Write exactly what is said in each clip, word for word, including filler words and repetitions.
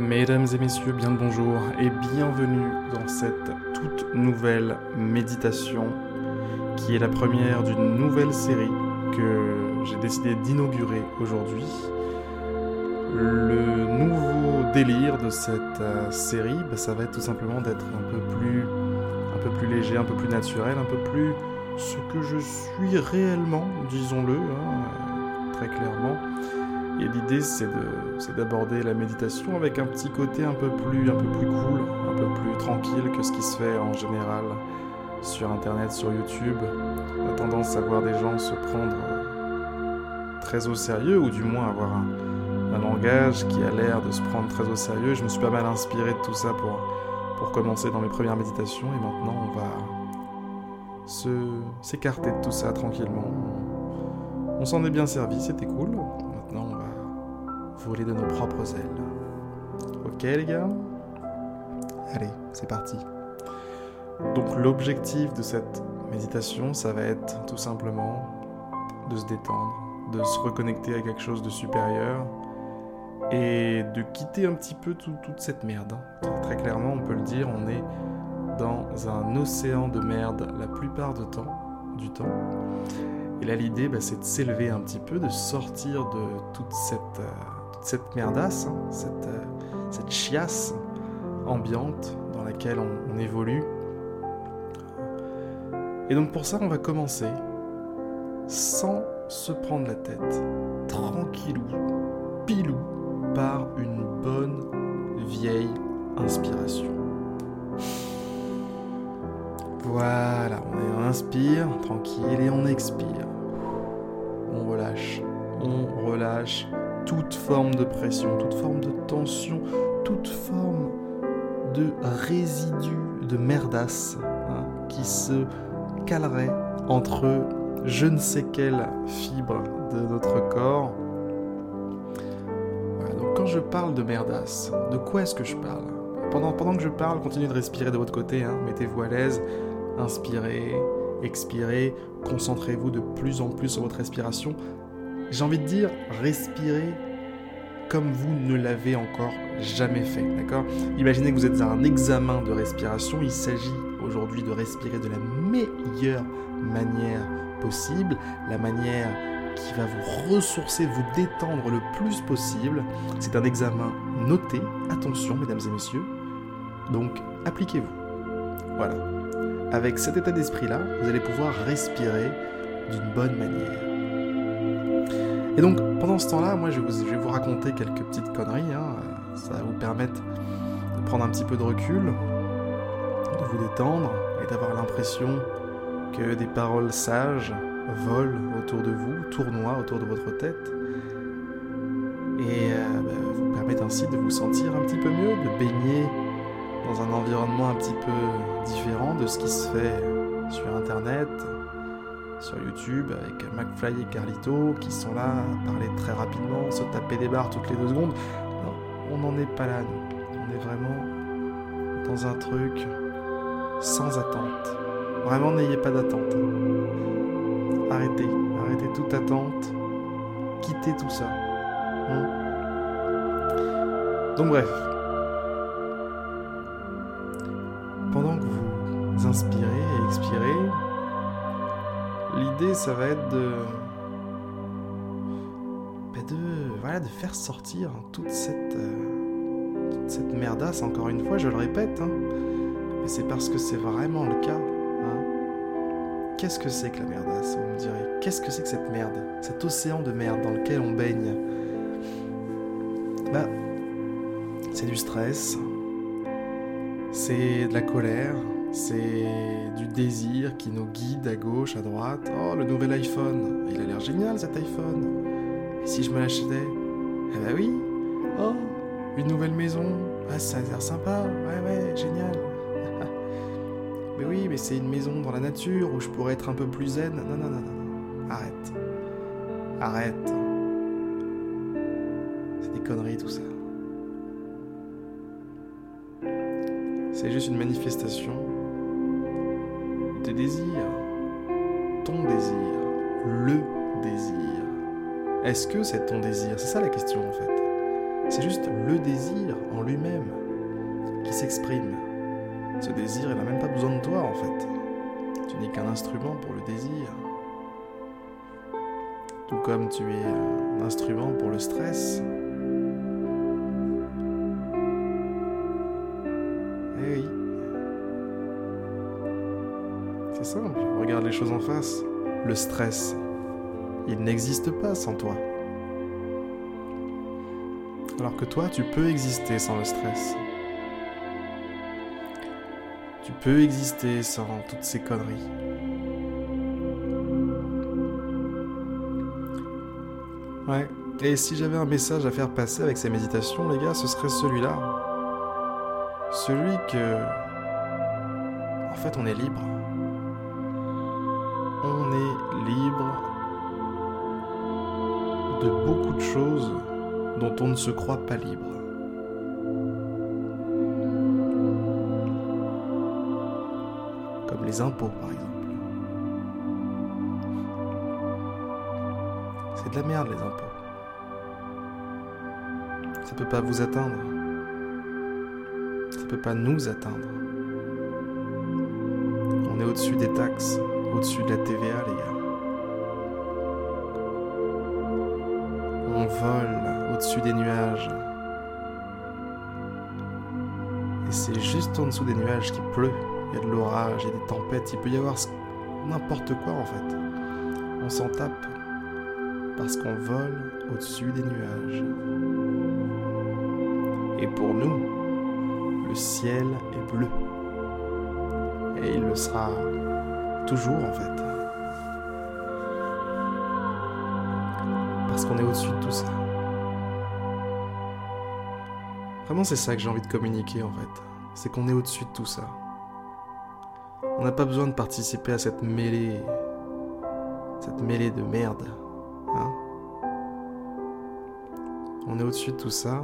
Mesdames et messieurs, bien le bonjour et bienvenue dans cette toute nouvelle méditation qui est la première d'une nouvelle série que j'ai décidé d'inaugurer aujourd'hui. Le nouveau délire de cette euh, série, bah, ça va être tout simplement d'être un peu plus, un peu plus léger, un peu plus naturel, un peu plus ce que je suis réellement, disons-le, hein, très clairement. Et l'idée, c'est, de, c'est d'aborder la méditation avec un petit côté un peu plus, un peu plus cool, un peu plus tranquille que ce qui se fait en général sur Internet, sur YouTube. On a tendance à voir des gens se prendre très au sérieux, ou du moins avoir un, un langage qui a l'air de se prendre très au sérieux. Je me suis pas mal inspiré de tout ça pour, pour commencer dans mes premières méditations, et maintenant on va se, s'écarter de tout ça tranquillement. On s'en est bien servi, c'était cool. Maintenant on va voler de nos propres ailes. Ok les gars ? Allez, c'est parti. Donc l'objectif de cette méditation, ça va être tout simplement de se détendre, de se reconnecter à quelque chose de supérieur et de quitter un petit peu tout, toute cette merde. Très, très clairement, on peut le dire, on est dans un océan de merde la plupart du temps. Du temps. Et là, l'idée, bah, c'est de s'élever un petit peu, de sortir de toute cette, euh, toute cette merdasse, hein, cette, euh, cette chiasse ambiante dans laquelle on, on évolue. Et donc pour ça, on va commencer sans se prendre la tête, tranquillou, pilou, par une bonne vieille inspiration. Voilà, on inspire, tranquille, et on expire. On relâche, on relâche toute forme de pression, toute forme de tension, toute forme de résidu de merdasse, hein, qui se calerait entre je ne sais quelle fibre de notre corps. Voilà, donc quand je parle de merdasse, de quoi est-ce que je parle ? Pendant, pendant que je parle, continuez de respirer de votre côté, hein, mettez-vous à l'aise, inspirez, expirez, concentrez-vous de plus en plus sur votre respiration. J'ai envie de dire, respirez comme vous ne l'avez encore jamais fait, d'accord ? Imaginez que vous êtes à un examen de respiration, il s'agit aujourd'hui de respirer de la meilleure manière possible, la manière qui va vous ressourcer, vous détendre le plus possible. C'est un examen noté, attention mesdames et messieurs, donc appliquez-vous. Voilà. Avec cet état d'esprit-là, vous allez pouvoir respirer d'une bonne manière. Et donc, pendant ce temps-là, moi, je vais vous, je vais vous raconter quelques petites conneries. Hein. Ça va vous permettre de prendre un petit peu de recul, de vous détendre et d'avoir l'impression que des paroles sages volent autour de vous, tournoient autour de votre tête, et euh, bah, vous permettent ainsi de vous sentir un petit peu mieux, de baigner dans un environnement un petit peu différent de ce qui se fait sur Internet, sur YouTube, avec McFly et Carlito qui sont là à parler très rapidement, se taper des barres toutes les deux secondes. Non, on n'en est pas là, nous. On est vraiment dans un truc sans attente. Vraiment, n'ayez pas d'attente. Arrêtez, arrêtez toute attente. Quittez tout ça. Hein ? Donc bref. Pendant que vous inspirez et expirez, l'idée, ça va être de, de, voilà, de faire sortir toute cette, euh, toute cette merdasse, encore une fois, je le répète, hein, mais c'est parce que c'est vraiment le cas. Hein. Qu'est-ce que c'est que la merdasse, vous me direz ? Qu'est-ce que c'est que cette merde ? Cet océan de merde dans lequel on baigne ? Bah, c'est du stress, c'est de la colère, c'est du désir qui nous guide à gauche, à droite. Oh, le nouvel iPhone, il a l'air génial cet iPhone. Et si je me l'achetais ? Eh ben oui. Oh, une nouvelle maison, ah, ça a l'air sympa, ouais ouais, génial. Mais oui, mais c'est une maison dans la nature où je pourrais être un peu plus zen. Non, non, non, non, arrête. Arrête. C'est des conneries tout ça. C'est juste une manifestation de désir, ton désir, le désir. Est-ce que c'est ton désir ? C'est ça la question en fait. C'est juste le désir en lui-même qui s'exprime. Ce désir, il n'a même pas besoin de toi en fait. Tu n'es qu'un instrument pour le désir. Tout comme tu es un instrument pour le stress. Eh oui. C'est simple, regarde les choses en face. Le stress, il n'existe pas sans toi. Alors que toi, tu peux exister sans le stress. Tu peux exister sans toutes ces conneries. Ouais, et si j'avais un message à faire passer avec ces méditations, les gars, ce serait celui-là. Celui que... En fait, on est libre. On est libre de beaucoup de choses dont on ne se croit pas libre. Comme les impôts, par exemple. C'est de la merde, les impôts. Ça peut pas vous atteindre. Ça peut pas nous atteindre. On est au-dessus des taxes, au-dessus de la T V A, les gars. On vole au-dessus des nuages. Et c'est juste en dessous des nuages qu'il pleut. Il y a de l'orage, il y a des tempêtes, il peut y avoir n'importe quoi en fait. On s'en tape parce qu'on vole au-dessus des nuages. Et pour nous, le ciel est bleu. Et il le sera toujours en fait. Parce qu'on est au-dessus de tout ça. Vraiment, c'est ça que j'ai envie de communiquer en fait. C'est qu'on est au-dessus de tout ça. On n'a pas besoin de participer à cette mêlée, cette mêlée de merde, hein. On est au-dessus de tout ça.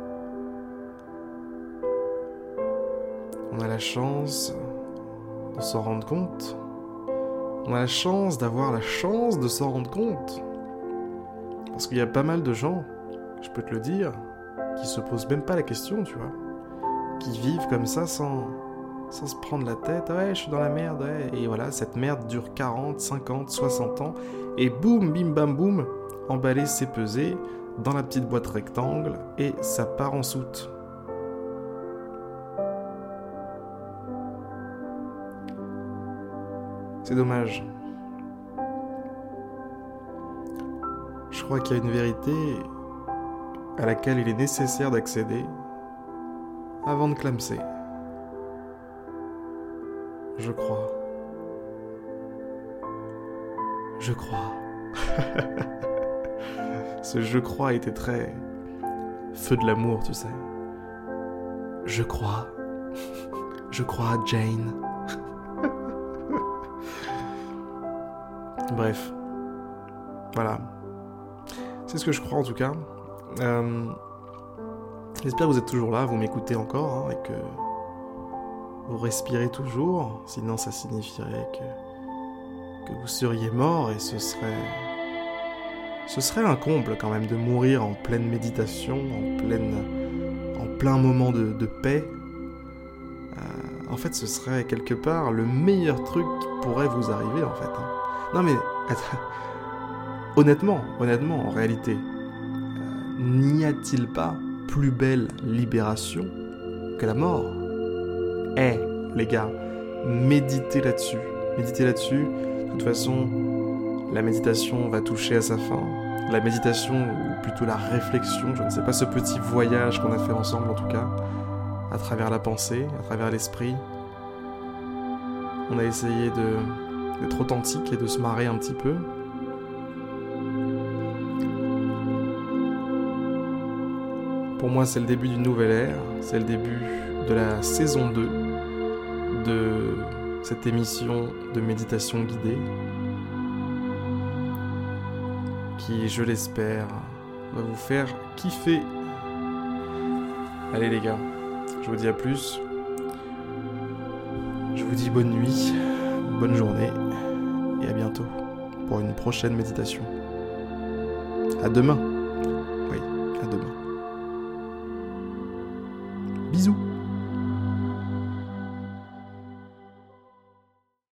On a la chance de s'en rendre compte. On a la chance d'avoir la chance de s'en rendre compte. Parce qu'il y a pas mal de gens, je peux te le dire, qui se posent même pas la question, tu vois, qui vivent comme ça sans... sans se prendre la tête, ouais, je suis dans la merde, ouais. Et voilà, cette merde dure quarante, cinquante, soixante ans, et boum, bim, bam, boum, emballé, c'est pesé, dans la petite boîte rectangle, et ça part en soute. C'est dommage. Je crois qu'il y a une vérité à laquelle il est nécessaire d'accéder avant de clamser. Je crois. Je crois. Ce je crois était très... feu de l'amour, tu sais. Je crois. Je crois à Jane. Bref. Voilà. C'est ce que je crois en tout cas. Euh... J'espère que vous êtes toujours là, vous m'écoutez encore, hein, et que... vous respirez toujours, sinon ça signifierait que, que vous seriez mort et ce serait... Ce serait un comble quand même de mourir en pleine méditation, en, pleine, en plein moment de, de paix. Euh, en fait, ce serait quelque part le meilleur truc qui pourrait vous arriver en fait. Hein. Non mais, attends, honnêtement, honnêtement, en réalité, euh, n'y a-t-il pas plus belle libération que la mort ? Eh, hey, les gars, méditez là-dessus. Méditez là-dessus. De toute façon, la méditation va toucher à sa fin. La méditation, ou plutôt la réflexion, je ne sais pas, ce petit voyage qu'on a fait ensemble en tout cas, à travers la pensée, à travers l'esprit. On a essayé de, d'être authentique et de se marrer un petit peu. Pour moi, c'est le début d'une nouvelle ère. C'est le début de la saison deux de cette émission de méditation guidée qui, je l'espère, va vous faire kiffer. Allez les gars, je vous dis à plus. Je vous dis bonne nuit, bonne journée et à bientôt pour une prochaine méditation. À demain. Oui, à demain. Bisous.